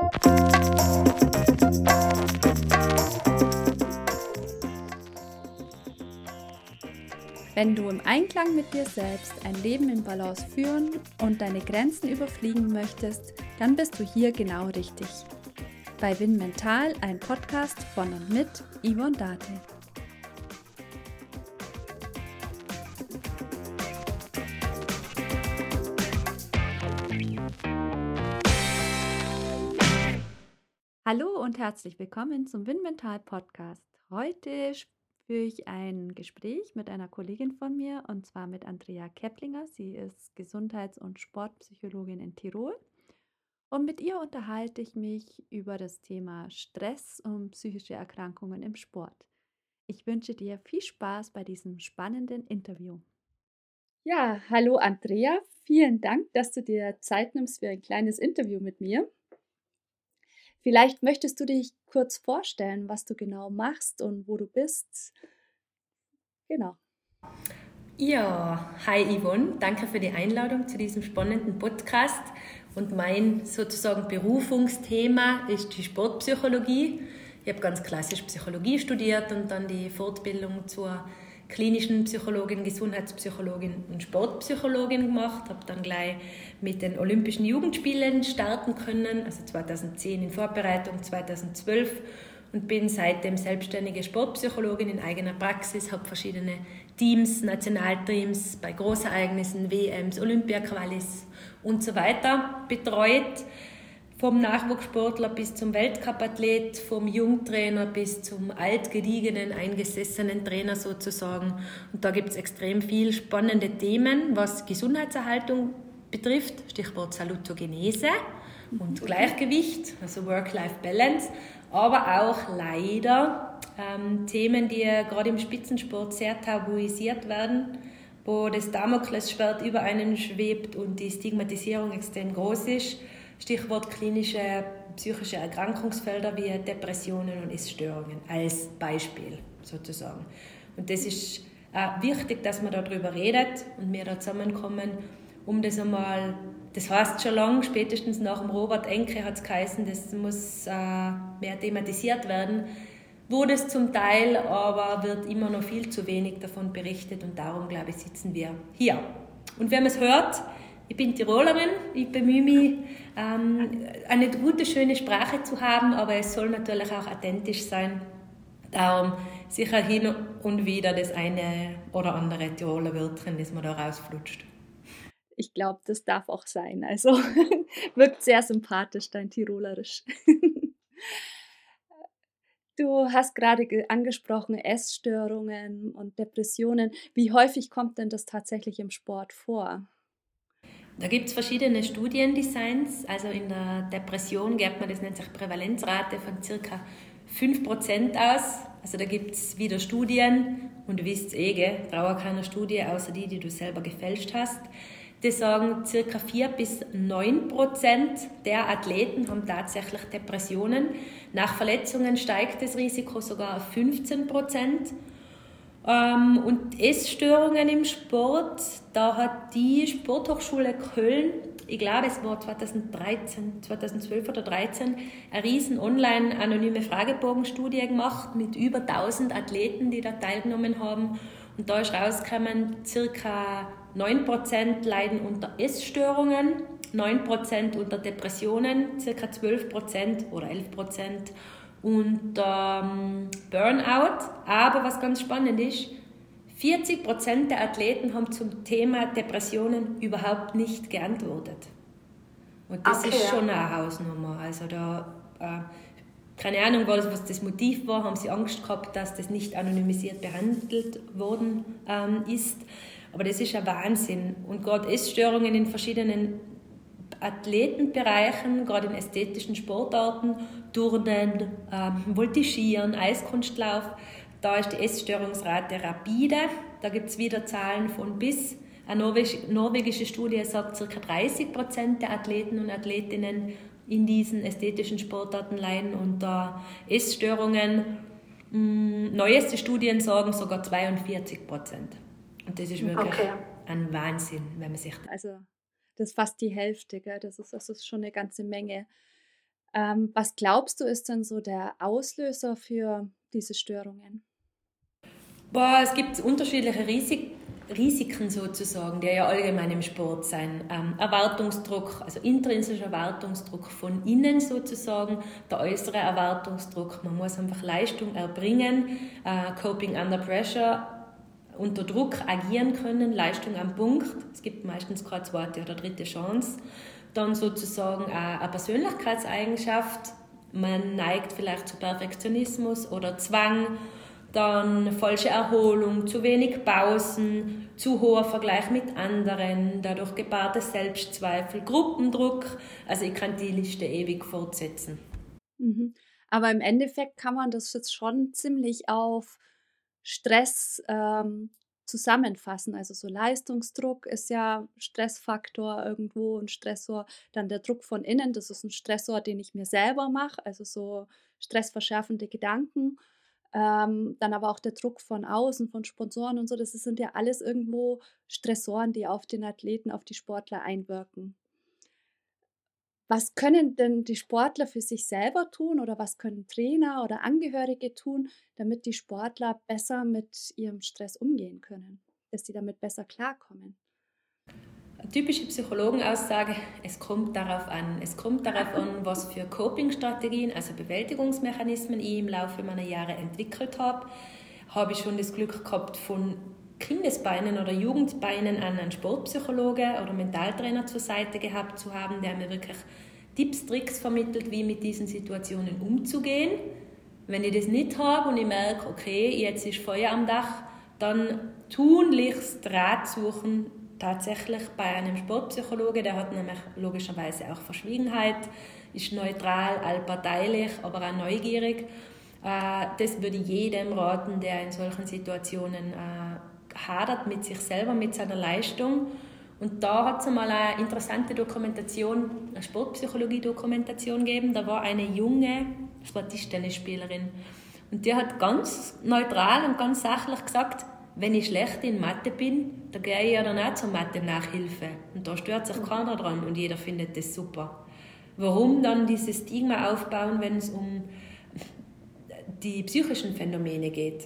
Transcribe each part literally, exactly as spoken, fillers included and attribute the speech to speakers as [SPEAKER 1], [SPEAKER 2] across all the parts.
[SPEAKER 1] Wenn du im Einklang mit dir selbst ein Leben in Balance führen und deine Grenzen überfliegen möchtest, dann bist du hier genau richtig. Bei Win Mental, ein Podcast von und mit Yvonne Date. Hallo und herzlich willkommen zum Win Mental Podcast. Heute führe ich ein Gespräch mit einer Kollegin von mir, und zwar mit Andrea Keplinger. Sie ist Gesundheits- und Sportpsychologin in Tirol. Und mit ihr unterhalte ich mich über das Thema Stress und psychische Erkrankungen im Sport. Ich wünsche dir viel Spaß bei diesem spannenden Interview. Ja, hallo Andrea. Vielen Dank, dass du dir Zeit nimmst für ein kleines Interview mit mir. Vielleicht möchtest du dich kurz vorstellen, was du genau machst und wo du bist. Genau.
[SPEAKER 2] Ja, hi Yvonne, danke für die Einladung zu diesem spannenden Podcast. Und mein sozusagen Berufungsthema ist die Sportpsychologie. Ich habe ganz klassisch Psychologie studiert und dann die Fortbildung zur klinischen Psychologin, Gesundheitspsychologin und Sportpsychologin gemacht. Habe dann gleich mit den Olympischen Jugendspielen starten können, also zweitausendzehn in Vorbereitung, zweitausendzwölf. Und bin seitdem selbstständige Sportpsychologin in eigener Praxis, habe verschiedene Teams, Nationalteams bei Großereignissen, W Ms, Olympiaqualis und so weiter betreut. Vom Nachwuchssportler bis zum Weltcupathlet, vom Jungtrainer bis zum altgediegenen, eingesessenen Trainer sozusagen. Und da gibt es extrem viel spannende Themen, was Gesundheitserhaltung betrifft, Stichwort Salutogenese und Gleichgewicht, also Work-Life-Balance, aber auch leider ähm, Themen, die gerade im Spitzensport sehr tabuisiert werden, wo das Damoklesschwert über einen schwebt und die Stigmatisierung extrem groß ist. Stichwort klinische psychische Erkrankungsfelder wie Depressionen und Essstörungen als Beispiel sozusagen. Und das ist äh, wichtig, dass man darüber redet und wir da zusammenkommen, um das einmal, das heißt schon lange, spätestens nach dem Robert Enke hat es geheißen, das muss äh, mehr thematisiert werden, wurde es zum Teil, aber wird immer noch viel zu wenig davon berichtet und darum, glaube ich, sitzen wir hier. Und wenn man es hört, ich bin Tirolerin, ich bemühe mich, ähm, eine gute, schöne Sprache zu haben, aber es soll natürlich auch authentisch sein. Darum sicher hin und wieder das eine oder andere Tiroler Wörtchen, das man da rausflutscht.
[SPEAKER 1] Ich glaube, das darf auch sein. Also wirkt sehr sympathisch, dein Tirolerisch. Du hast gerade angesprochen, Essstörungen und Depressionen. Wie häufig kommt denn das tatsächlich im Sport vor?
[SPEAKER 2] Da gibt es verschiedene Studiendesigns. Also in der Depression geht man, das nennt sich Prävalenzrate, von ca. fünf Prozent aus. Also da gibt es wieder Studien, und du wisst eh, gell, brauche keine Studie, außer die, die du selber gefälscht hast. Die sagen, ca. vier bis neun Prozent der Athleten haben tatsächlich Depressionen. Nach Verletzungen steigt das Risiko sogar auf fünfzehn Prozent. Ähm, und Essstörungen im Sport, da hat die Sporthochschule Köln, ich glaube es war zweitausenddreizehn, zweitausendzwölf oder dreizehn, eine riesen online anonyme Fragebogenstudie gemacht mit über tausend Athleten, die da teilgenommen haben. Und da ist rausgekommen, ca. neun Prozent leiden unter Essstörungen, neun Prozent unter Depressionen, ca. zwölf Prozent oder elf Prozent unter ähm, Burnout. Aber was ganz spannend ist, vierzig Prozent der Athleten haben zum Thema Depressionen überhaupt nicht geantwortet. Und das okay. ist schon eine Hausnummer. Also da, äh, keine Ahnung, was das Motiv war, haben sie Angst gehabt, dass das nicht anonymisiert behandelt worden ähm, ist. Aber das ist ein Wahnsinn. Und gerade Essstörungen in verschiedenen Athletenbereichen, gerade in ästhetischen Sportarten, Turnen, ähm, Voltigieren, Eiskunstlauf, da ist die Essstörungsrate rapide. Da gibt es wieder Zahlen von bis. Eine norwegische Studie sagt, ca. dreißig Prozent der Athleten und Athletinnen in diesen ästhetischen Sportarten leiden unter Essstörungen. Neueste Studien sagen sogar zweiundvierzig Prozent. Und das ist wirklich okay. ein Wahnsinn, wenn man sich...
[SPEAKER 1] Also das ist fast die Hälfte, gell? Das ist, das ist schon eine ganze Menge. Ähm, was glaubst du, ist denn so der Auslöser für diese Störungen?
[SPEAKER 2] Boah, es gibt unterschiedliche Risik Risiken sozusagen, die ja allgemein im Sport sein. Ähm, Erwartungsdruck, also intrinsischer Erwartungsdruck von innen sozusagen, der äußere Erwartungsdruck. Man muss einfach Leistung erbringen, äh, Coping under pressure, unter Druck agieren können, Leistung am Punkt. Es gibt meistens gerade zweite oder dritte Chance. Dann sozusagen äh, eine Persönlichkeitseigenschaft. Man neigt vielleicht zu Perfektionismus oder Zwang. Dann falsche Erholung, zu wenig Pausen, zu hoher Vergleich mit anderen, dadurch gepaarte Selbstzweifel, Gruppendruck. Also ich kann die Liste ewig fortsetzen.
[SPEAKER 1] Mhm. Aber im Endeffekt kann man das jetzt schon ziemlich auf Stress ähm, zusammenfassen. Also so Leistungsdruck ist ja Stressfaktor irgendwo, ein Stressor. Dann der Druck von innen, das ist ein Stressor, den ich mir selber mache, also so stressverschärfende Gedanken. Ähm, dann aber auch der Druck von außen, von Sponsoren und so, das sind ja alles irgendwo Stressoren, die auf den Athleten, auf die Sportler einwirken. Was können denn die Sportler für sich selber tun oder was können Trainer oder Angehörige tun, damit die Sportler besser mit ihrem Stress umgehen können, dass sie damit besser klarkommen?
[SPEAKER 2] Eine typische Psychologenaussage, es kommt darauf an. Es kommt darauf an, was für Coping-Strategien, also Bewältigungsmechanismen ich im Laufe meiner Jahre entwickelt habe. Habe ich schon das Glück gehabt, von Kindesbeinen oder Jugendbeinen an einen Sportpsychologe oder Mentaltrainer zur Seite gehabt zu haben, der mir wirklich Tipps, Tricks vermittelt, wie mit diesen Situationen umzugehen. Wenn ich das nicht habe und ich merke, okay, jetzt ist Feuer am Dach, dann tunlichst Rat suchen, tatsächlich bei einem Sportpsychologe, der hat nämlich logischerweise auch Verschwiegenheit, ist neutral, allparteilich, aber auch neugierig. Das würde ich jedem raten, der in solchen Situationen hadert mit sich selber, mit seiner Leistung. Und da hat es einmal eine interessante Dokumentation, eine Sportpsychologie-Dokumentation gegeben. Da war eine junge, das war Tischtennisspielerin. Und die hat ganz neutral und ganz sachlich gesagt, wenn ich schlecht in Mathe bin, dann gehe ich ja dann auch zur Mathe-Nachhilfe. Und da stört sich keiner dran und jeder findet das super. Warum dann dieses Stigma aufbauen, wenn es um die psychischen Phänomene geht?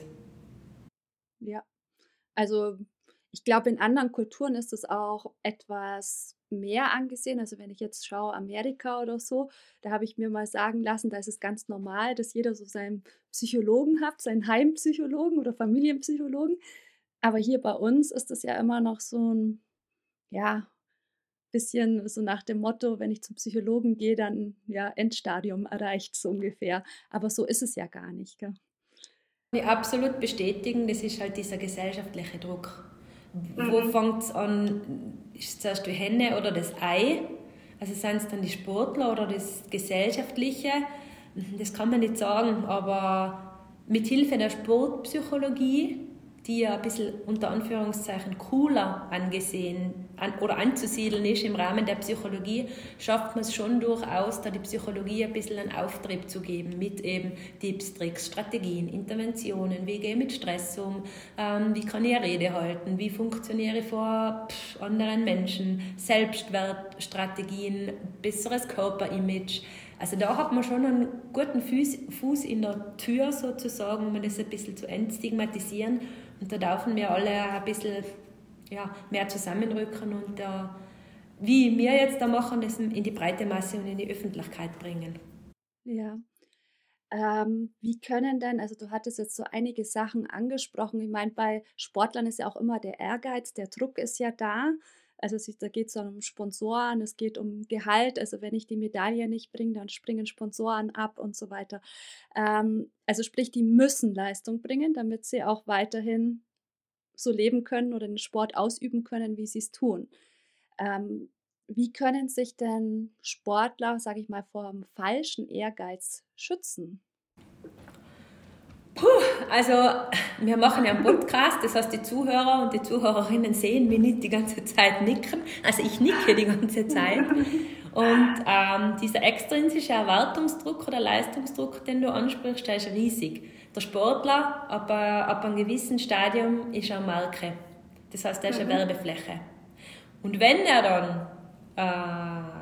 [SPEAKER 1] Ja, also ich glaube, in anderen Kulturen ist es auch etwas mehr angesehen. Also wenn ich jetzt schaue, Amerika oder so, da habe ich mir mal sagen lassen, da ist es ganz normal, dass jeder so seinen Psychologen hat, seinen Heimpsychologen oder Familienpsychologen. Aber hier bei uns ist das ja immer noch so ein, ja, bisschen so nach dem Motto, wenn ich zum Psychologen gehe, dann ja, Endstadium erreicht so ungefähr. Aber so ist es ja gar nicht, gell?
[SPEAKER 2] Ich absolut bestätigen, das ist halt dieser gesellschaftliche Druck. Wo fängt es an? Ist es zuerst die Henne oder das Ei? Also sind es dann die Sportler oder das Gesellschaftliche? Das kann man nicht sagen, aber mit Hilfe der Sportpsychologie, die ja ein bisschen unter Anführungszeichen cooler angesehen an, oder anzusiedeln ist im Rahmen der Psychologie, schafft man es schon durchaus, da die Psychologie ein bisschen einen Auftrieb zu geben mit eben Tipps, Tricks, Strategien, Interventionen, wie gehe ich mit Stress um, ähm, wie kann ich eine Rede halten, wie funktioniere ich vor pff, anderen Menschen, Selbstwertstrategien, besseres Körperimage. Also da hat man schon einen guten Fuß, Fuß in der Tür sozusagen, um das ein bisschen zu entstigmatisieren. Und da dürfen wir alle ein bisschen ja, mehr zusammenrücken und uh, wie wir jetzt da machen, das in die breite Masse und in die Öffentlichkeit bringen.
[SPEAKER 1] Ja. Ähm, wie können denn, also du hattest jetzt so einige Sachen angesprochen. Ich meine, bei Sportlern ist ja auch immer der Ehrgeiz, der Druck ist ja da. Also es, da geht es dann um Sponsoren, es geht um Gehalt. Also wenn ich die Medaille nicht bringe, dann springen Sponsoren ab und so weiter. Ähm, also sprich, die müssen Leistung bringen, damit sie auch weiterhin so leben können oder den Sport ausüben können, wie sie es tun. Ähm, wie können sich denn Sportler, sage ich mal, vor dem falschen Ehrgeiz schützen?
[SPEAKER 2] Puh, also wir machen ja einen Podcast, das heißt die Zuhörer und die Zuhörerinnen sehen mich nicht die ganze Zeit nicken, also ich nicke die ganze Zeit. Und ähm, dieser extrinsische Erwartungsdruck oder Leistungsdruck, den du ansprichst, der ist riesig. Der Sportler ab, ab einem gewissen Stadium ist eine Marke, das heißt, der ist eine Werbefläche. Und wenn er dann äh,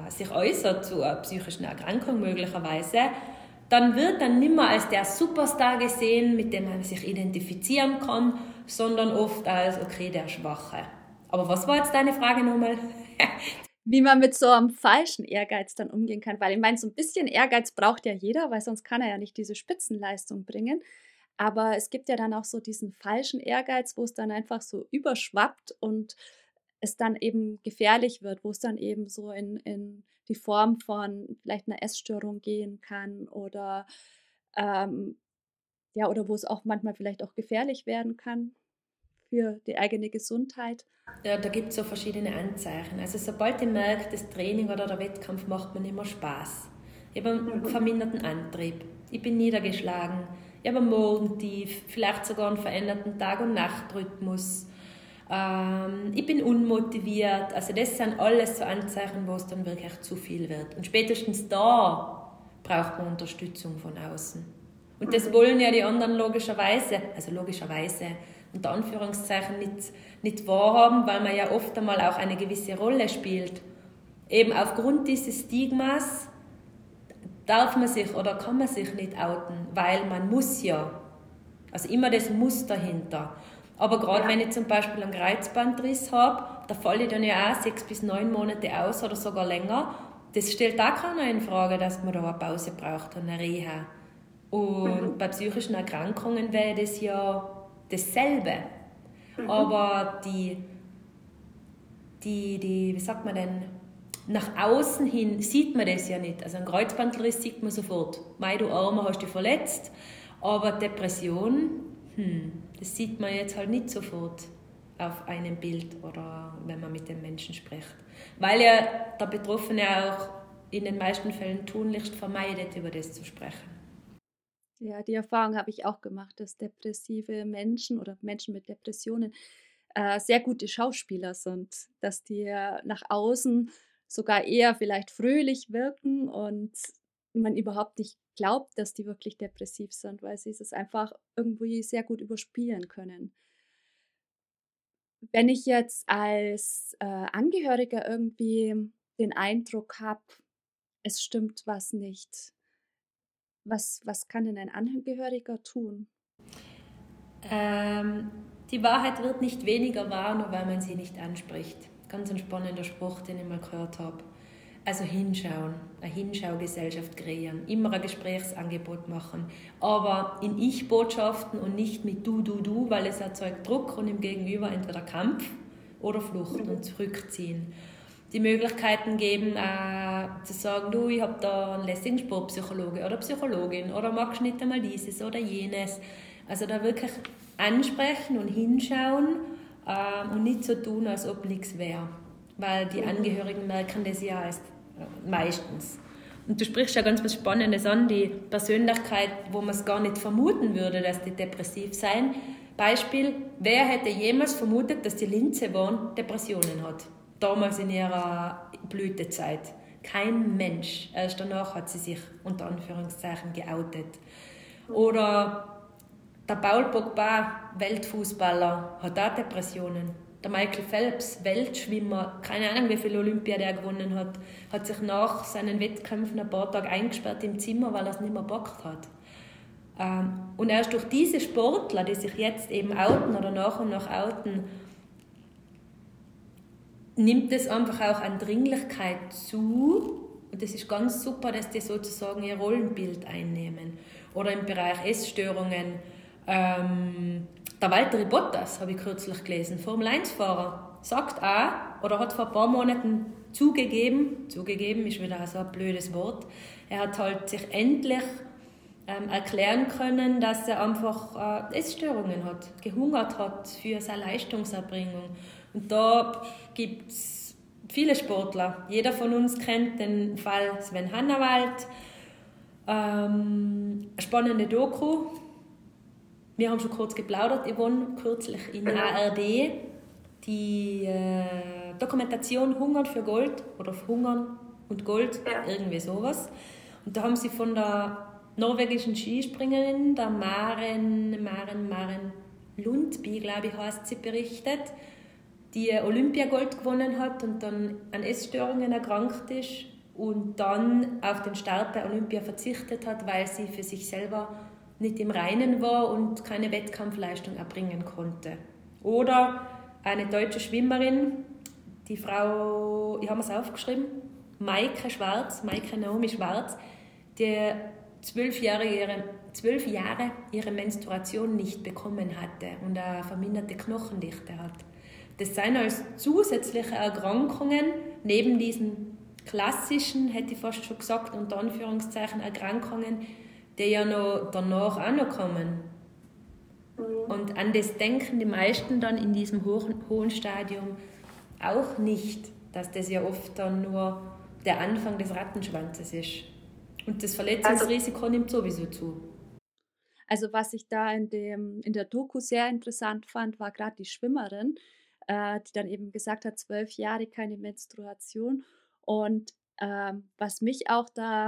[SPEAKER 2] äh, sich äußert zu einer psychischen Erkrankung möglicherweise, dann wird dann nicht mehr als der Superstar gesehen, mit dem man sich identifizieren kann, sondern oft als, okay, der Schwache. Aber was war jetzt deine Frage nochmal?
[SPEAKER 1] Wie man mit so einem falschen Ehrgeiz dann umgehen kann, weil ich meine, so ein bisschen Ehrgeiz braucht ja jeder, weil sonst kann er ja nicht diese Spitzenleistung bringen. Aber es gibt ja dann auch so diesen falschen Ehrgeiz, wo es dann einfach so überschwappt und es dann eben gefährlich wird, wo es dann eben so in, in die Form von vielleicht einer Essstörung gehen kann oder ähm, ja, oder wo es auch manchmal vielleicht auch gefährlich werden kann für die eigene Gesundheit.
[SPEAKER 2] Ja, da gibt es so verschiedene Anzeichen. Also sobald ich merke, das Training oder der Wettkampf macht mir nicht mehr Spaß. Ich habe einen
[SPEAKER 1] Mhm.
[SPEAKER 2] verminderten Antrieb. Ich bin niedergeschlagen. Ich habe ein Morgentief, vielleicht sogar einen veränderten Tag- und Nachtrhythmus. Ähm, ich bin unmotiviert. Also das sind alles so Anzeichen, wo es dann wirklich zu viel wird. Und spätestens da braucht man Unterstützung von außen. Und das wollen ja die anderen logischerweise, also logischerweise unter Anführungszeichen nicht, nicht wahrhaben, weil man ja oft einmal auch eine gewisse Rolle spielt. Eben aufgrund dieses Stigmas darf man sich oder kann man sich nicht outen, weil man muss ja. Also immer das Muss dahinter. Aber gerade
[SPEAKER 1] Ja.
[SPEAKER 2] wenn ich zum Beispiel einen Kreuzbandriss habe, da falle ich dann ja auch sechs bis neun Monate aus oder sogar länger. Das stellt auch keiner in Frage, dass man da eine Pause braucht und eine Reha. Und
[SPEAKER 1] Mhm.
[SPEAKER 2] bei psychischen Erkrankungen wäre das ja dasselbe.
[SPEAKER 1] Mhm.
[SPEAKER 2] Aber die, die, die, wie sagt man denn, nach außen hin sieht man das ja nicht. Also ein Kreuzbandriss sieht man sofort. Mei, du Armer, hast dich verletzt. Aber Depression, hm, das sieht man jetzt halt nicht sofort auf einem Bild oder wenn man mit den Menschen spricht. Weil ja der Betroffene auch in den meisten Fällen tunlichst vermeidet, über das zu sprechen.
[SPEAKER 1] Ja, die Erfahrung habe ich auch gemacht, dass depressive Menschen oder Menschen mit Depressionen äh, sehr gute Schauspieler sind, dass die ja nach außen sogar eher vielleicht fröhlich wirken und man überhaupt nicht glaubt, dass die wirklich depressiv sind, weil sie es einfach irgendwie sehr gut überspielen können. Wenn ich jetzt als äh, Angehöriger irgendwie den Eindruck habe, es stimmt was nicht, was, was kann denn ein Angehöriger tun?
[SPEAKER 2] Ähm, die Wahrheit wird nicht weniger wahr, nur weil man sie nicht anspricht. Ganz ein spannender Spruch, den ich mal gehört habe. Also hinschauen, eine Hinschaugesellschaft kreieren, immer ein Gesprächsangebot machen, aber in Ich-Botschaften und nicht mit Du, Du, Du, weil es erzeugt Druck und im Gegenüber entweder Kampf oder Flucht und zurückziehen. Die Möglichkeiten geben, äh, zu sagen, du, ich habe da einen lässigen Sportpsychologe oder Psychologin oder magst nicht einmal dieses oder jenes. Also da wirklich ansprechen und hinschauen äh, und nicht so tun, als ob nichts wäre. Weil die Angehörigen merken das ja erst äh, meistens. Und du sprichst ja ganz was Spannendes an, die Persönlichkeit, wo man es gar nicht vermuten würde, dass die depressiv sein. Beispiel, wer hätte jemals vermutet, dass die Lindsay Vonn Depressionen hat? Damals in ihrer Blütezeit. Kein Mensch. Erst danach hat sie sich unter Anführungszeichen geoutet. Oder der Paul Pogba, Weltfußballer, hat auch Depressionen. Der Michael Phelps, Weltschwimmer, keine Ahnung, wie viel Olympia der gewonnen hat, hat sich nach seinen Wettkämpfen ein paar Tage eingesperrt im Zimmer, weil er es nicht mehr gepackt hat. Und erst durch diese Sportler, die sich jetzt eben outen oder nach und nach outen, nimmt es einfach auch an Dringlichkeit zu. Und das ist ganz super, dass die sozusagen ihr Rollenbild einnehmen. Oder im Bereich Essstörungen. Ähm, der Valtteri Bottas, habe ich kürzlich gelesen, Formel eins Fahrer, sagt auch, oder hat vor ein paar Monaten zugegeben, zugegeben ist wieder so ein blödes Wort, er hat halt sich endlich ähm, erklären können, dass er einfach äh, Essstörungen hat, gehungert hat für seine Leistungserbringung. Und da gibt es viele Sportler. Jeder von uns kennt den Fall Sven Hannawald. Ähm, eine spannende Doku. Wir haben schon kurz geplaudert, Yvonne, kürzlich in A R D. Die äh, Dokumentation Hungern für Gold oder Hungern und Gold, ja. Irgendwie sowas. Und da haben sie von der norwegischen Skispringerin, der Maren, Maren, Maren Lundby, glaube ich, heißt sie, berichtet, die Olympiagold gewonnen hat und dann an Essstörungen erkrankt ist und dann auf den Start bei Olympia verzichtet hat, weil sie für sich selber nicht im Reinen war und keine Wettkampfleistung erbringen konnte. Oder eine deutsche Schwimmerin, die Frau, ich habe es aufgeschrieben, Maike Schwarz, Maike Naomi Schwarz, die zwölf Jahre, ihre, zwölf Jahre ihre Menstruation nicht bekommen hatte und eine verminderte Knochendichte hat. Das sind als zusätzliche Erkrankungen neben diesen klassischen, hätte ich fast schon gesagt, unter Anführungszeichen Erkrankungen, die ja noch danach auch noch kommen. Und an das denken die meisten dann in diesem hohen, hohen Stadium auch nicht, dass das ja oft dann nur der Anfang des Rattenschwanzes ist. Und das Verletzungsrisiko also, nimmt sowieso zu.
[SPEAKER 1] Also was ich da in, dem, in der Doku sehr interessant fand, war gerade die Schwimmerin, äh, die dann eben gesagt hat, zwölf Jahre keine Menstruation. Und ähm, was mich auch da,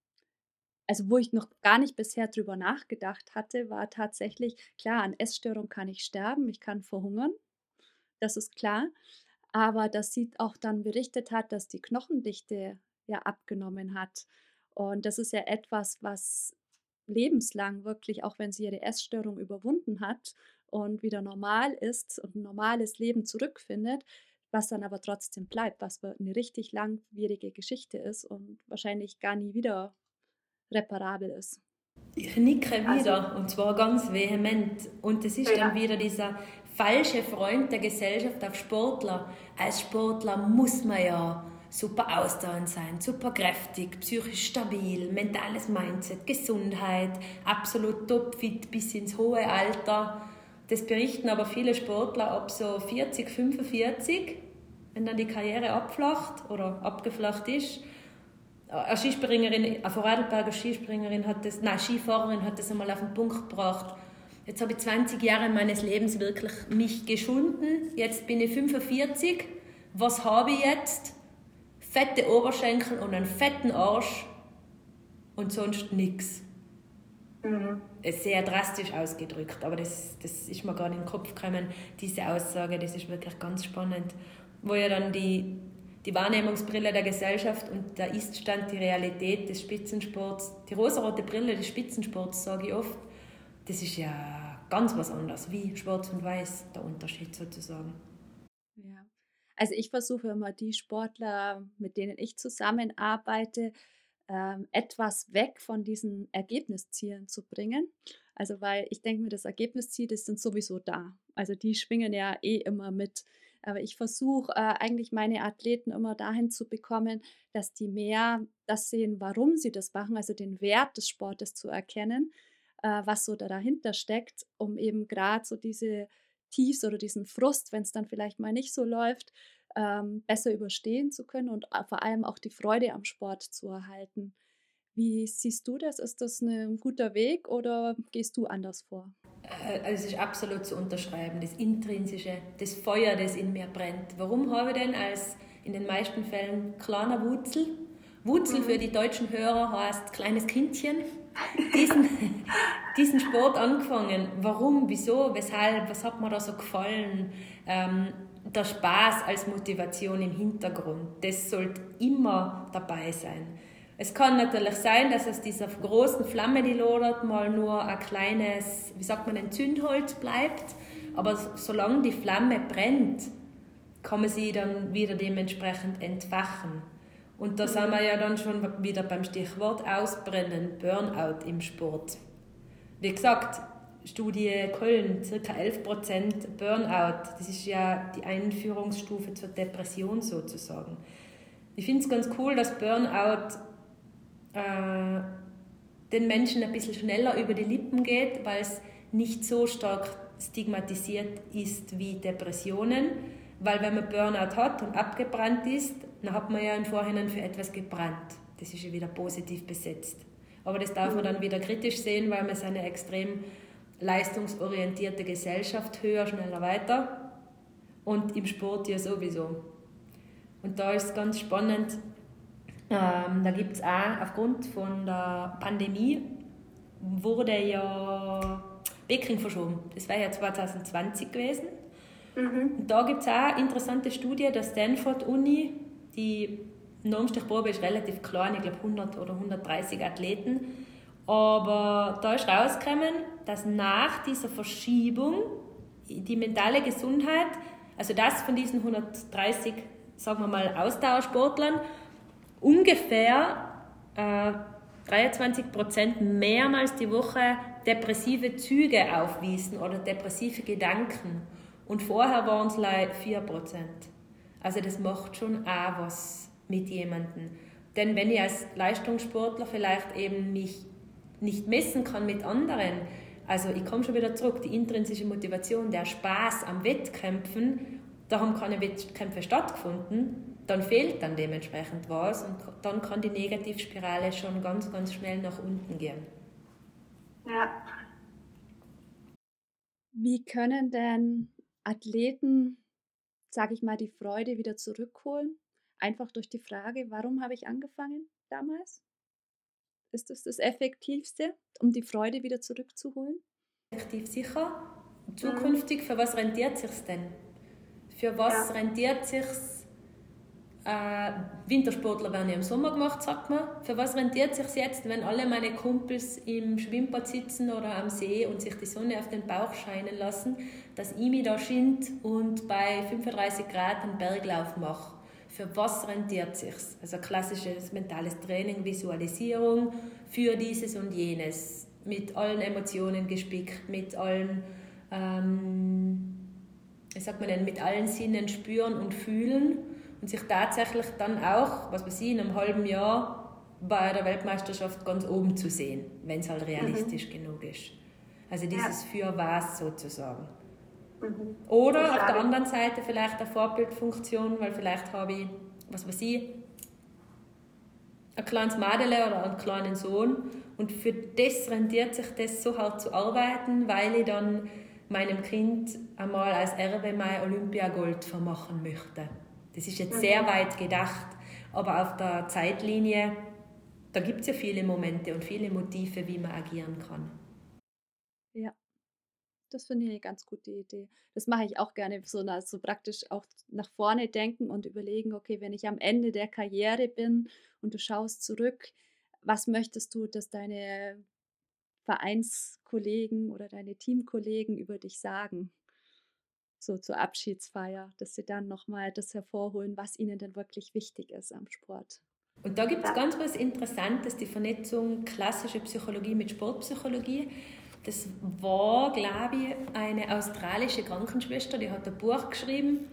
[SPEAKER 1] also wo ich noch gar nicht bisher drüber nachgedacht hatte, war tatsächlich, klar, an Essstörung kann ich sterben, ich kann verhungern, das ist klar. Aber dass sie auch dann berichtet hat, dass die Knochendichte ja abgenommen hat. Und das ist ja etwas, was lebenslang wirklich, auch wenn sie ihre Essstörung überwunden hat und wieder normal ist und ein normales Leben zurückfindet, was dann aber trotzdem bleibt, was eine richtig langwierige Geschichte ist und wahrscheinlich gar nie wieder reparabel ist.
[SPEAKER 2] Ich nicke wieder, also, und zwar ganz vehement. Und es ist ja. dann wieder dieser falsche Freund der Gesellschaft auf Sportler. Als Sportler muss man ja super ausdauernd sein, super kräftig, psychisch stabil, mentales Mindset, Gesundheit, absolut topfit bis ins hohe Alter. Das berichten aber viele Sportler ab so vierzig, fünfundvierzig, wenn dann die Karriere abflacht oder abgeflacht ist. Eine Skispringerin, eine Vorarlberger Skispringerin hat das, nein, Skifahrerin hat das einmal auf den Punkt gebracht. Jetzt habe ich zwanzig Jahre meines Lebens wirklich mich geschunden. Jetzt bin ich fünfundvierzig. Was habe ich jetzt? Fette Oberschenkel und einen fetten Arsch und sonst nichts. Mhm. Sehr drastisch ausgedrückt, aber das, das ist mir gar nicht in den Kopf gekommen. Diese Aussage, das ist wirklich ganz spannend. Wo ja dann die Die Wahrnehmungsbrille der Gesellschaft und der Ist-Stand, die Realität des Spitzensports, die rosarote Brille des Spitzensports, sage ich oft, das ist ja ganz was anderes, wie schwarz und weiß, der Unterschied sozusagen.
[SPEAKER 1] Ja, also ich versuche immer die Sportler, mit denen ich zusammenarbeite, ähm, etwas weg von diesen Ergebniszielen zu bringen. Also weil ich denke mir, das Ergebnisziel, das sind sowieso da. Also die schwingen ja eh immer mit. Aber ich versuche äh, eigentlich meine Athleten immer dahin zu bekommen, dass die mehr das sehen, warum sie das machen, also den Wert des Sportes zu erkennen, äh, was so da dahinter steckt, um eben gerade so diese Tiefs oder diesen Frust, wenn es dann vielleicht mal nicht so läuft, ähm, besser überstehen zu können und vor allem auch die Freude am Sport zu erhalten. Wie siehst du das? Ist das ein guter Weg oder gehst du anders vor?
[SPEAKER 2] Also es ist absolut zu unterschreiben, das Intrinsische, das Feuer, das in mir brennt. Warum habe ich denn als in den meisten Fällen kleiner Wutzel, Wutzel für die deutschen Hörer heißt kleines Kindchen, diesen, diesen Sport angefangen? Warum, wieso, weshalb, was hat mir da so gefallen? Ähm, der Spaß als Motivation im Hintergrund, das sollte immer dabei sein. Es kann natürlich sein, dass aus dieser großen Flamme, die lodert, mal nur ein kleines, wie sagt man, ein Zündholz bleibt. Aber solange die Flamme brennt, kann man sie dann wieder dementsprechend entfachen. Und da sind wir ja dann schon wieder beim Stichwort Ausbrennen, Burnout im Sport. Wie gesagt, Studie Köln, ca. elf Prozent Burnout. Das ist ja die Einführungsstufe zur Depression sozusagen. Ich finde es ganz cool, dass Burnout äh, den Menschen ein bisschen schneller über die Lippen geht, weil es nicht so stark stigmatisiert ist wie Depressionen. Weil wenn man Burnout hat und abgebrannt ist, dann hat man ja im Vorhinein für etwas gebrannt. Das ist ja wieder positiv besetzt. Aber das darf man dann wieder kritisch sehen, weil man eine extrem leistungsorientierte Gesellschaft, höher, schneller, weiter. Und im Sport ja sowieso. Und da ist es ganz spannend, ähm, da gibt es auch, aufgrund von der Pandemie, wurde ja Peking verschoben. Das war ja zwanzig zwanzig gewesen. Mhm. Und da gibt es auch eine interessante Studie der Stanford-Uni, die Die Normstichprobe ist relativ klein, ich glaube hundert oder hundertdreißig Athleten. Aber da ist rausgekommen, dass nach dieser Verschiebung die mentale Gesundheit, also das von diesen hundertdreißig, sagen wir mal, Ausdauersportlern, ungefähr äh, dreiundzwanzig Prozent mehrmals die Woche depressive Züge aufwiesen oder depressive Gedanken. Und vorher waren es vier Prozent. Also das macht schon auch was mit jemandem. Denn wenn ich als Leistungssportler vielleicht eben mich nicht messen kann mit anderen, also ich komme schon wieder zurück, die intrinsische Motivation, der Spaß am Wettkämpfen, da haben keine Wettkämpfe stattgefunden, dann fehlt dann dementsprechend was und dann kann die Negativspirale schon ganz, ganz schnell nach unten gehen.
[SPEAKER 1] Ja. Wie können denn Athleten, sage ich mal, die Freude wieder zurückholen? Einfach durch die Frage, warum habe ich angefangen damals? Ist das das Effektivste, um die Freude wieder zurückzuholen?
[SPEAKER 2] Effektiv sicher. Zukünftig, für was rentiert es sich denn? Für was ja. rentiert es sich? Äh, Wintersportler werden ja im Sommer gemacht, sagt man. Für was rentiert es sich jetzt, wenn alle meine Kumpels im Schwimmbad sitzen oder am See und sich die Sonne auf den Bauch scheinen lassen, dass ich mich da schint und bei fünfunddreißig Grad einen Berglauf mache? Für was rentiert es sich? Also klassisches mentales Training, Visualisierung für dieses und jenes, mit allen Emotionen gespickt, mit allen, ähm, wie sagt man denn, mit allen Sinnen spüren und fühlen und sich tatsächlich dann auch, was weiß ich, in einem halben Jahr bei der Weltmeisterschaft ganz oben zu sehen, wenn es halt realistisch mhm. genug ist. Also dieses ja. für was sozusagen. Mhm. Oder auf der anderen Seite vielleicht eine Vorbildfunktion, weil vielleicht habe ich, was weiß ich, ein kleines Mädel oder einen kleinen Sohn und für das rentiert sich das so hart zu arbeiten, weil ich dann meinem Kind einmal als Erbe mein Olympiagold vermachen möchte. Das ist jetzt sehr weit gedacht, aber auf der Zeitlinie, da gibt es ja viele Momente und viele Motive, wie man agieren kann.
[SPEAKER 1] Ja, das finde ich eine ganz gute Idee. Das mache ich auch gerne, so, so praktisch auch nach vorne denken und überlegen, okay, wenn ich am Ende der Karriere bin und du schaust zurück, was möchtest du, dass deine Vereinskollegen oder deine Teamkollegen über dich sagen? So zur Abschiedsfeier, dass sie dann nochmal das hervorholen, was ihnen denn wirklich wichtig ist am Sport.
[SPEAKER 2] Und da gibt es ganz was Interessantes, die Vernetzung klassische Psychologie mit Sportpsychologie. Das war, glaube ich, eine australische Krankenschwester, die hat ein Buch geschrieben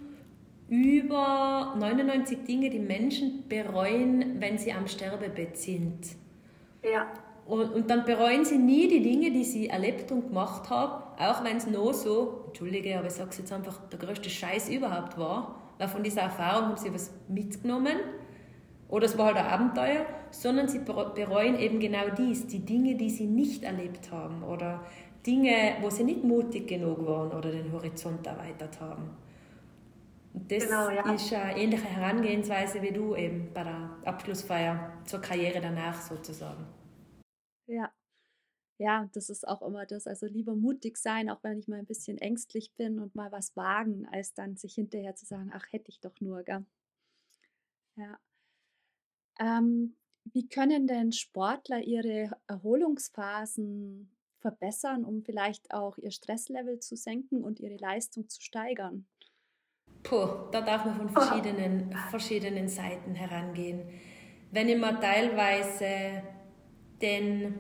[SPEAKER 2] über neunundneunzig Dinge, die Menschen bereuen, wenn sie am Sterbebett sind.
[SPEAKER 1] Ja.
[SPEAKER 2] Und, und dann bereuen sie nie die Dinge, die sie erlebt und gemacht haben, auch wenn es noch so, entschuldige, aber ich sage es jetzt einfach, der größte Scheiß überhaupt war, weil von dieser Erfahrung haben sie was mitgenommen oder es war halt ein Abenteuer, sondern sie bereuen eben genau dies, die Dinge, die sie nicht erlebt haben oder Dinge, wo sie nicht mutig genug waren oder den Horizont erweitert haben. Und das genau, ja. ist eine ähnliche Herangehensweise wie du eben bei der Abschlussfeier zur Karriere danach sozusagen.
[SPEAKER 1] Ja, ja, das ist auch immer das, also lieber mutig sein, auch wenn ich mal ein bisschen ängstlich bin und mal was wagen, als dann sich hinterher zu sagen, ach, hätte ich doch nur, gell? Ja. Ähm, wie können denn Sportler ihre Erholungsphasen verbessern, um vielleicht auch ihr Stresslevel zu senken und ihre Leistung zu steigern?
[SPEAKER 2] Puh, da darf man von verschiedenen, verschiedenen Seiten herangehen. Wenn ich mir teilweise den,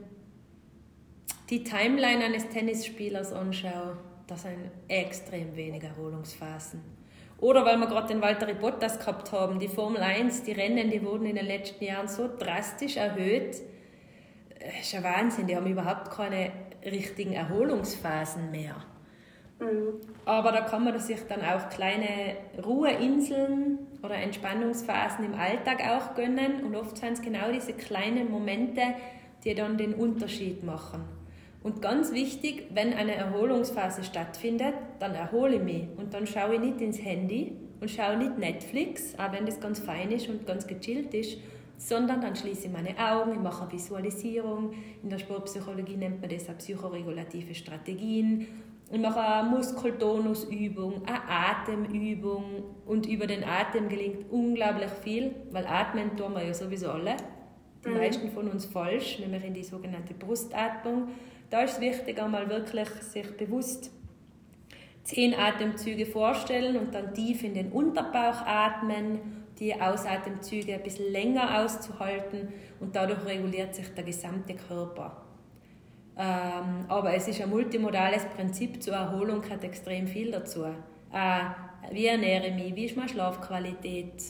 [SPEAKER 2] die Timeline eines Tennisspielers anschaue, da sind extrem wenig Erholungsphasen. Oder weil wir gerade den Valtteri Bottas gehabt haben, die Formel eins, die Rennen, die wurden in den letzten Jahren so drastisch erhöht. Das ist ein Wahnsinn, die haben überhaupt keine richtigen Erholungsphasen mehr. Mhm. Aber da kann man sich dann auch kleine Ruheinseln oder Entspannungsphasen im Alltag auch gönnen. Und oft sind es genau diese kleinen Momente, die dann den Unterschied machen. Und ganz wichtig, wenn eine Erholungsphase stattfindet, dann erhole ich mich und dann schaue ich nicht ins Handy und schaue nicht Netflix, auch wenn das ganz fein ist und ganz gechillt ist, sondern dann schließe ich meine Augen, ich mache eine Visualisierung. In der Sportpsychologie nennt man das auch psychoregulative Strategien. Ich mache eine Muskeltonusübung, eine Atemübung und über den Atem gelingt unglaublich viel, weil atmen tun wir ja sowieso alle. Die mhm. meisten von uns falsch, nämlich in die sogenannte Brustatmung. Da ist es wichtig, einmal wirklich sich bewusst zehn Atemzüge vorstellen und dann tief in den Unterbauch atmen, die Ausatemzüge ein bisschen länger auszuhalten und dadurch reguliert sich der gesamte Körper. Ähm, aber es ist ein multimodales Prinzip zur Erholung, hat extrem viel dazu. Äh, wie ernähre ich mich, wie ist meine Schlafqualität,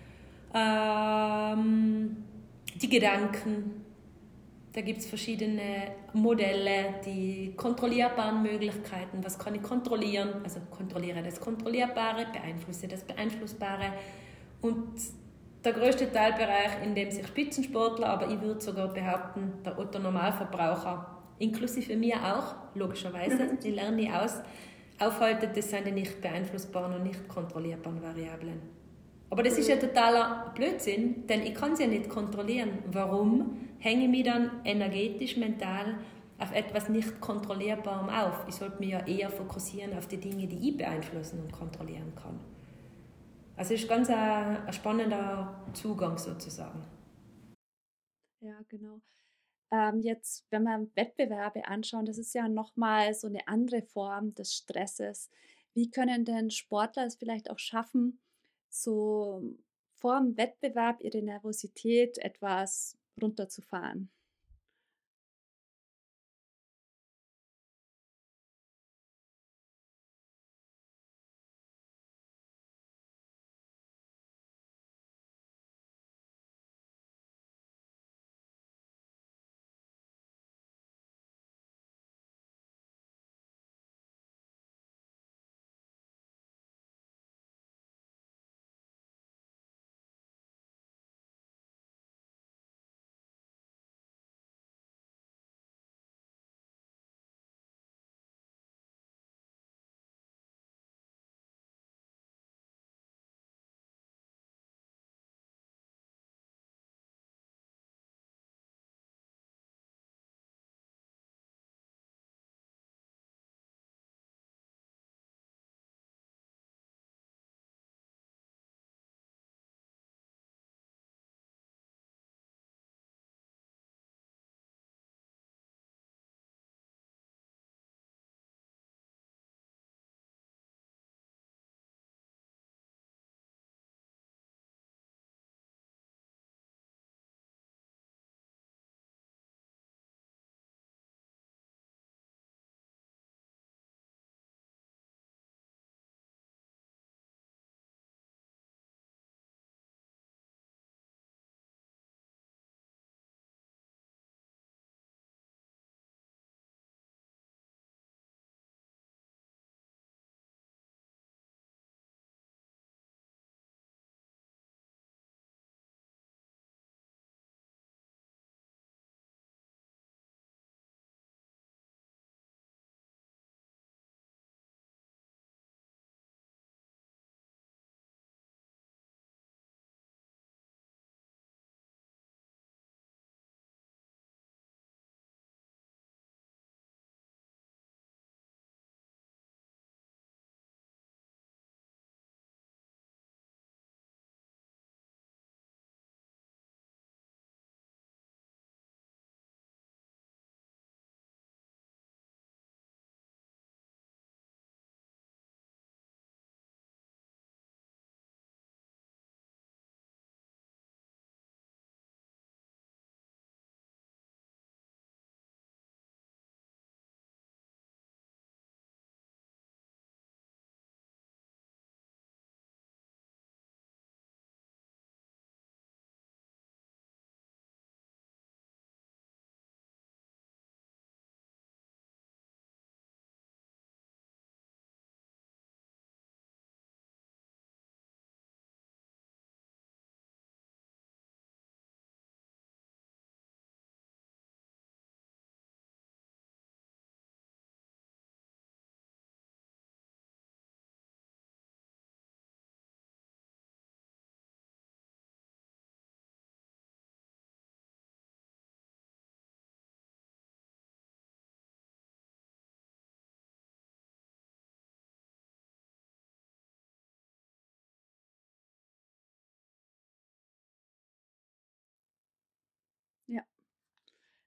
[SPEAKER 2] ähm, die Gedanken. Da gibt es verschiedene Modelle, die kontrollierbaren Möglichkeiten. Was kann ich kontrollieren? Also kontrolliere das Kontrollierbare, beeinflusse das Beeinflussbare. Und der größte Teilbereich, in dem sich Spitzensportler, aber ich würde sogar behaupten, der Otto-Normalverbraucher, inklusive mir auch, logischerweise, die lerne ich aus, aufhalten, das sind die nicht beeinflussbaren und nicht kontrollierbaren Variablen. Aber das ist ja totaler Blödsinn, denn ich kann es ja nicht kontrollieren. Warum hänge ich mich dann energetisch, mental auf etwas nicht Kontrollierbarem auf? Ich sollte mich ja eher fokussieren auf die Dinge, die ich beeinflussen und kontrollieren kann. Also es ist ganz ein, ein spannender Zugang sozusagen.
[SPEAKER 1] Ja, genau. Ähm, jetzt, wenn wir Wettbewerbe anschauen, das ist ja nochmal so eine andere Form des Stresses. Wie können denn Sportler es vielleicht auch schaffen, so vor dem Wettbewerb ihre Nervosität etwas runterzufahren?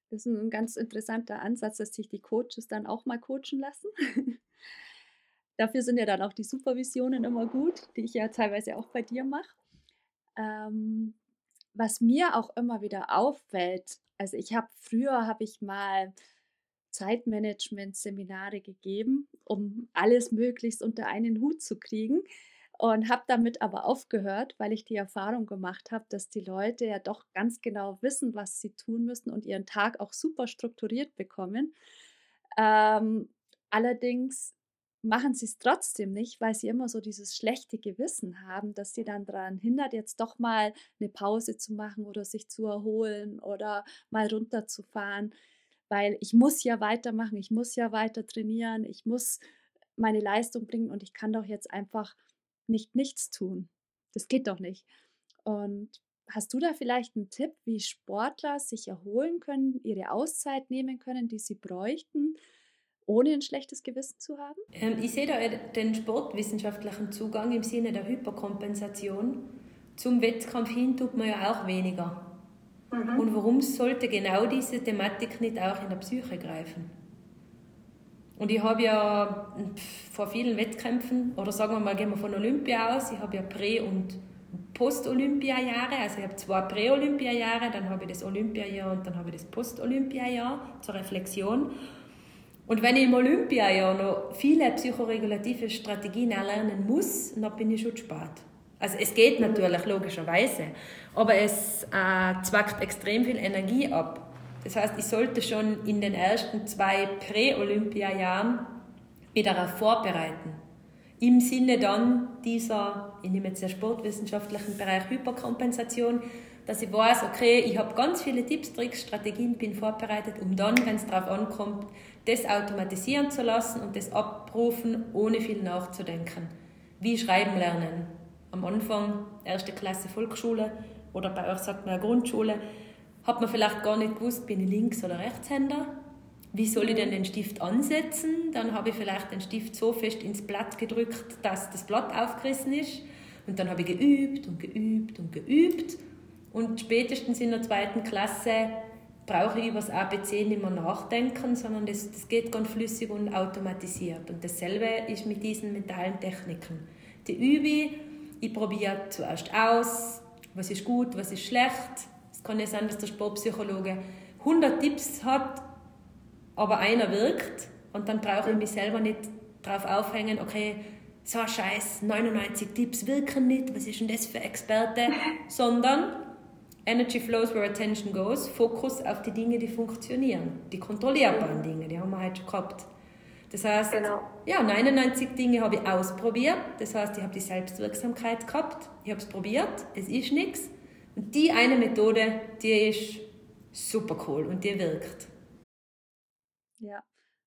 [SPEAKER 1] Das ist ein ganz interessanter Ansatz, dass sich die Coaches dann auch mal coachen lassen. Dafür sind ja dann auch die Supervisionen immer gut, die ich ja teilweise auch bei dir mache. Ähm, was mir auch immer wieder auffällt, also ich habe früher habe ich mal Zeitmanagement-Seminare gegeben, um alles möglichst unter einen Hut zu kriegen und habe damit aber aufgehört, weil ich die Erfahrung gemacht habe, dass die Leute ja doch ganz genau wissen, was sie tun müssen und ihren Tag auch super strukturiert bekommen. Ähm, allerdings machen sie es trotzdem nicht, weil sie immer so dieses schlechte Gewissen haben, dass sie dann daran hindert, jetzt doch mal eine Pause zu machen oder sich zu erholen oder mal runterzufahren, weil ich muss ja weitermachen, ich muss ja weiter trainieren, ich muss meine Leistung bringen und ich kann doch jetzt einfach nicht nichts tun. Das geht doch nicht. Und hast du da vielleicht einen Tipp, wie Sportler sich erholen können, ihre Auszeit nehmen können, die sie bräuchten, ohne ein schlechtes Gewissen zu haben?
[SPEAKER 2] Ähm, ich sehe da den sportwissenschaftlichen Zugang im Sinne der Hyperkompensation. Zum Wettkampf hin tut man ja auch weniger. Mhm. Und warum sollte genau diese Thematik nicht auch in der Psyche greifen? Und ich habe ja vor vielen Wettkämpfen, oder sagen wir mal, gehen wir von Olympia aus, ich habe ja Prä- und Post-Olympia-Jahre, also ich habe zwei Prä-Olympia-Jahre, dann habe ich das Olympia-Jahr und dann habe ich das Post-Olympia-Jahr zur Reflexion. Und wenn ich im Olympiajahr noch viele psychoregulative Strategien erlernen muss, dann bin ich schon spät. Also es geht natürlich logischerweise, aber es äh, zwackt extrem viel Energie ab. Das heißt, ich sollte schon in den ersten zwei Prä-Olympia-Jahren mich darauf vorbereiten. Im Sinne dann dieser, ich nehme jetzt den sportwissenschaftlichen Bereich Hyperkompensation, dass ich weiß, okay, ich habe ganz viele Tipps, Tricks, Strategien, bin vorbereitet, um dann, wenn es darauf ankommt, das automatisieren zu lassen und das abrufen, ohne viel nachzudenken. Wie schreiben lernen. Am Anfang, erste Klasse Volksschule oder bei euch sagt man ja Grundschule, hat man vielleicht gar nicht gewusst, bin ich Links- oder Rechtshänder. Wie soll ich denn den Stift ansetzen? Dann habe ich vielleicht den Stift so fest ins Blatt gedrückt, dass das Blatt aufgerissen ist. Und dann habe ich geübt und geübt und geübt. Und spätestens in der zweiten Klasse brauche ich über das A B C nicht mehr nachdenken, sondern das, das geht ganz flüssig und automatisiert. Und dasselbe ist mit diesen mentalen Techniken. Die übe ich, ich probiere zuerst aus, was ist gut, was ist schlecht. Es kann ja sein, dass der Sportpsychologe hundert Tipps hat, aber einer wirkt und dann brauche ich mich selber nicht darauf aufhängen, okay, so scheiß, neunundneunzig Tipps wirken nicht, was ist denn das für Experte, sondern Energy flows where attention goes, Fokus auf die Dinge, die funktionieren, die kontrollierbaren Dinge, die haben wir heute schon gehabt. Das heißt, genau. ja, neunundneunzig Dinge habe ich ausprobiert, das heißt, ich habe die Selbstwirksamkeit gehabt, ich habe es probiert, es ist nichts und die eine Methode, die ist super cool und die wirkt.
[SPEAKER 1] Ja.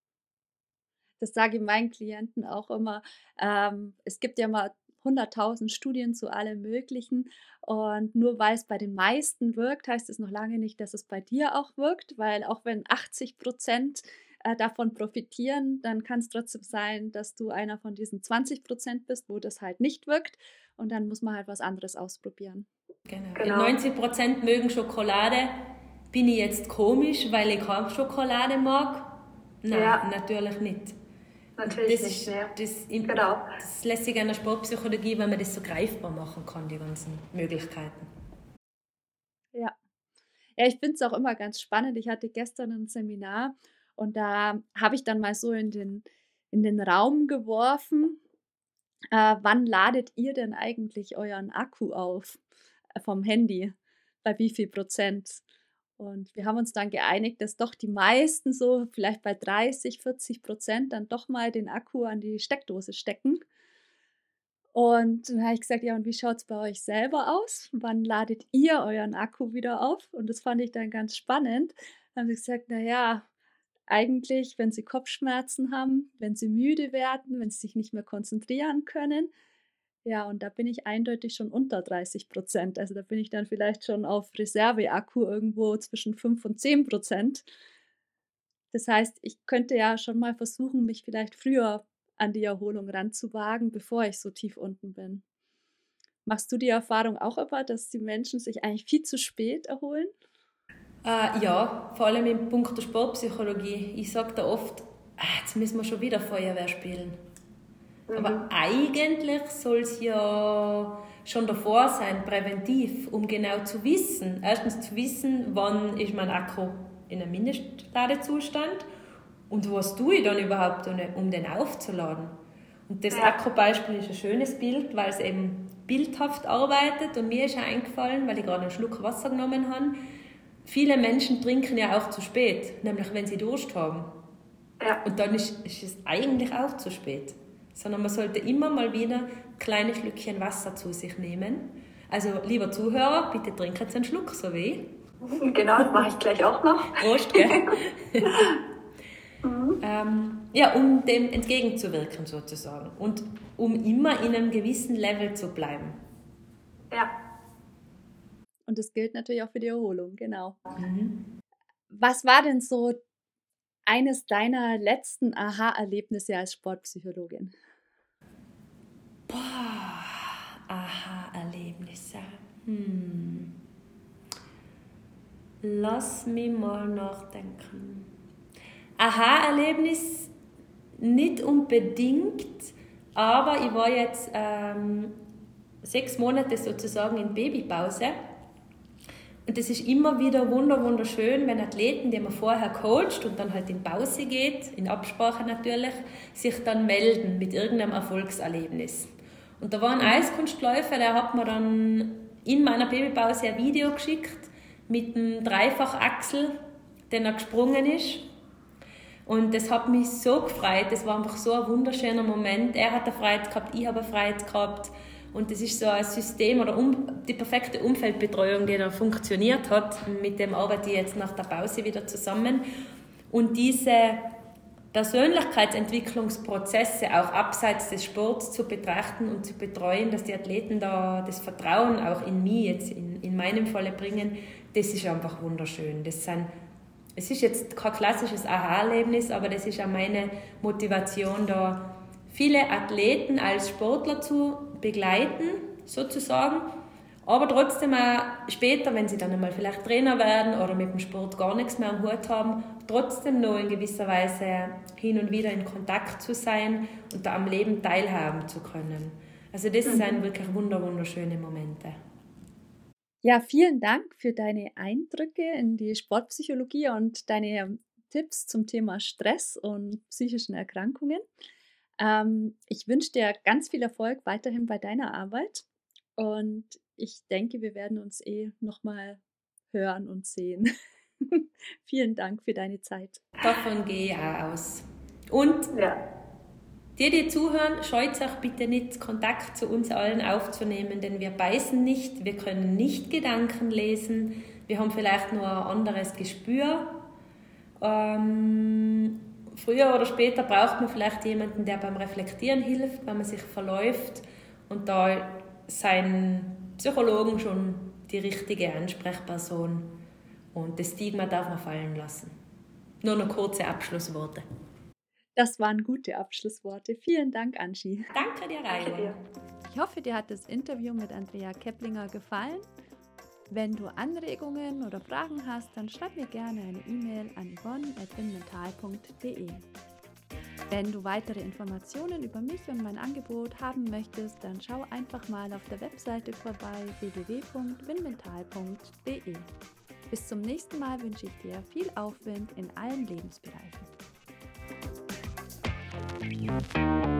[SPEAKER 1] Das sage ich meinen Klienten auch immer. Ähm, es gibt ja mal hunderttausend Studien zu allem Möglichen und nur weil es bei den meisten wirkt, heißt es noch lange nicht, dass es bei dir auch wirkt, weil auch wenn achtzig Prozent äh, davon profitieren, dann kann es trotzdem sein, dass du einer von diesen zwanzig Prozent bist, wo das halt nicht wirkt und dann muss man halt was anderes ausprobieren.
[SPEAKER 2] Genau. Genau. neunzig Prozent mögen Schokolade. Bin ich jetzt komisch, weil ich keine Schokolade mag? Nein, ja. Natürlich nicht.
[SPEAKER 3] Natürlich
[SPEAKER 2] das
[SPEAKER 3] nicht
[SPEAKER 2] ist,
[SPEAKER 3] mehr.
[SPEAKER 2] Das, im,
[SPEAKER 3] genau.
[SPEAKER 2] das lässt sich an der Sportpsychologie, wenn man das so greifbar machen kann, die ganzen Möglichkeiten.
[SPEAKER 1] Ja, ja, ich finde es auch immer ganz spannend. Ich hatte gestern ein Seminar und da habe ich dann mal so in den, in den Raum geworfen, äh, wann ladet ihr denn eigentlich euren Akku auf äh, vom Handy? Bei wie viel Prozent? Und wir haben uns dann geeinigt, dass doch die meisten so vielleicht bei dreißig, vierzig Prozent dann doch mal den Akku an die Steckdose stecken. Und dann habe ich gesagt, ja, und wie schaut es bei euch selber aus? Wann ladet ihr euren Akku wieder auf? Und das fand ich dann ganz spannend. Dann haben sie gesagt, naja, eigentlich, wenn sie Kopfschmerzen haben, wenn sie müde werden, wenn sie sich nicht mehr konzentrieren können. Ja, und da bin ich eindeutig schon unter dreißig Prozent. Also da bin ich dann vielleicht schon auf Reserveakku irgendwo zwischen fünf und zehn Prozent. Das heißt, ich könnte ja schon mal versuchen, mich vielleicht früher an die Erholung ranzuwagen, bevor ich so tief unten bin. Machst du die Erfahrung auch immer, dass die Menschen sich eigentlich viel zu spät erholen?
[SPEAKER 2] Äh, ja, vor allem im Punkt der Sportpsychologie. Ich sage da oft, ah, jetzt müssen wir schon wieder Feuerwehr spielen. Mhm. Aber eigentlich soll es ja schon davor sein, präventiv, um genau zu wissen. Erstens zu wissen, wann ist mein Akku in einem Mindestladezustand und was tue ich dann überhaupt, um den aufzuladen. Und das ja. Akkubeispiel ist ein schönes Bild, weil es eben bildhaft arbeitet. Und mir ist ja eingefallen, weil ich gerade einen Schluck Wasser genommen habe, viele Menschen trinken ja auch zu spät, nämlich wenn sie Durst haben. Ja. Und dann ist, ist es eigentlich auch zu spät. Sondern man sollte immer mal wieder kleine Schlückchen Wasser zu sich nehmen. Also, lieber Zuhörer, bitte trinken Sie einen Schluck, so wie ich.
[SPEAKER 3] Genau, das mache ich gleich auch noch.
[SPEAKER 2] Prost, gell? mhm. ähm, ja, um dem entgegenzuwirken sozusagen. Und um immer in einem gewissen Level zu bleiben.
[SPEAKER 3] Ja.
[SPEAKER 1] Und das gilt natürlich auch für die Erholung, genau. Mhm. Was war denn so eines deiner letzten Aha-Erlebnisse als Sportpsychologin?
[SPEAKER 2] Boah, Aha-Erlebnisse. Hm. Lass mich mal nachdenken. Aha-Erlebnis nicht unbedingt, aber ich war jetzt ähm, sechs Monate sozusagen in Babypause. Und das ist immer wieder wunderschön, wenn Athleten, die man vorher coacht und dann halt in Pause geht, in Absprache natürlich, sich dann melden mit irgendeinem Erfolgserlebnis. Und da war ein Eiskunstläufer, der hat mir dann in meiner Babypause ein Video geschickt mit einem Dreifachachsel, den er gesprungen ist. Und das hat mich so gefreut, das war einfach so ein wunderschöner Moment. Er hat eine Freude gehabt, ich habe eine Freude gehabt. Und das ist so ein System oder um, die perfekte Umfeldbetreuung, die da funktioniert hat. Mit dem arbeite ich jetzt nach der Pause wieder zusammen. Und diese Persönlichkeitsentwicklungsprozesse auch abseits des Sports zu betrachten und zu betreuen, dass die Athleten da das Vertrauen auch in mich, jetzt in, in meinem Falle bringen, das ist einfach wunderschön. Das sind, es ist jetzt kein klassisches Aha-Erlebnis, aber das ist auch meine Motivation, da viele Athleten als Sportler zu begleiten, sozusagen, aber trotzdem auch später, wenn sie dann einmal vielleicht Trainer werden oder mit dem Sport gar nichts mehr am Hut haben, trotzdem noch in gewisser Weise hin und wieder in Kontakt zu sein und da am Leben teilhaben zu können. Also das mhm. sind wirklich wunderschöne Momente.
[SPEAKER 1] Ja, vielen Dank für deine Eindrücke in die Sportpsychologie und deine Tipps zum Thema Stress und psychischen Erkrankungen. Ähm, ich wünsche dir ganz viel Erfolg weiterhin bei deiner Arbeit und ich denke, wir werden uns eh nochmal hören und sehen. Vielen Dank für deine Zeit.
[SPEAKER 2] Davon gehe ich auch aus. Und ja. die, die zuhören, scheut euch bitte nicht, Kontakt zu uns allen aufzunehmen, denn wir beißen nicht, wir können nicht Gedanken lesen, wir haben vielleicht nur ein anderes Gespür. Ähm, Früher oder später braucht man vielleicht jemanden, der beim Reflektieren hilft, wenn man sich verläuft. Und da sein Psychologen schon die richtige Ansprechperson. Und das Stigma darf man fallen lassen. Nur noch kurze Abschlussworte.
[SPEAKER 1] Das waren gute Abschlussworte. Vielen Dank, Anschi.
[SPEAKER 2] Danke dir, Raimund.
[SPEAKER 1] Ich hoffe, dir hat das Interview mit Andrea Keplinger gefallen. Wenn du Anregungen oder Fragen hast, dann schreib mir gerne eine E-Mail an yvonne at winmental punkt de. Wenn du weitere Informationen über mich und mein Angebot haben möchtest, dann schau einfach mal auf der Webseite vorbei w w w punkt winmental punkt de. Bis zum nächsten Mal wünsche ich dir viel Aufwind in allen Lebensbereichen.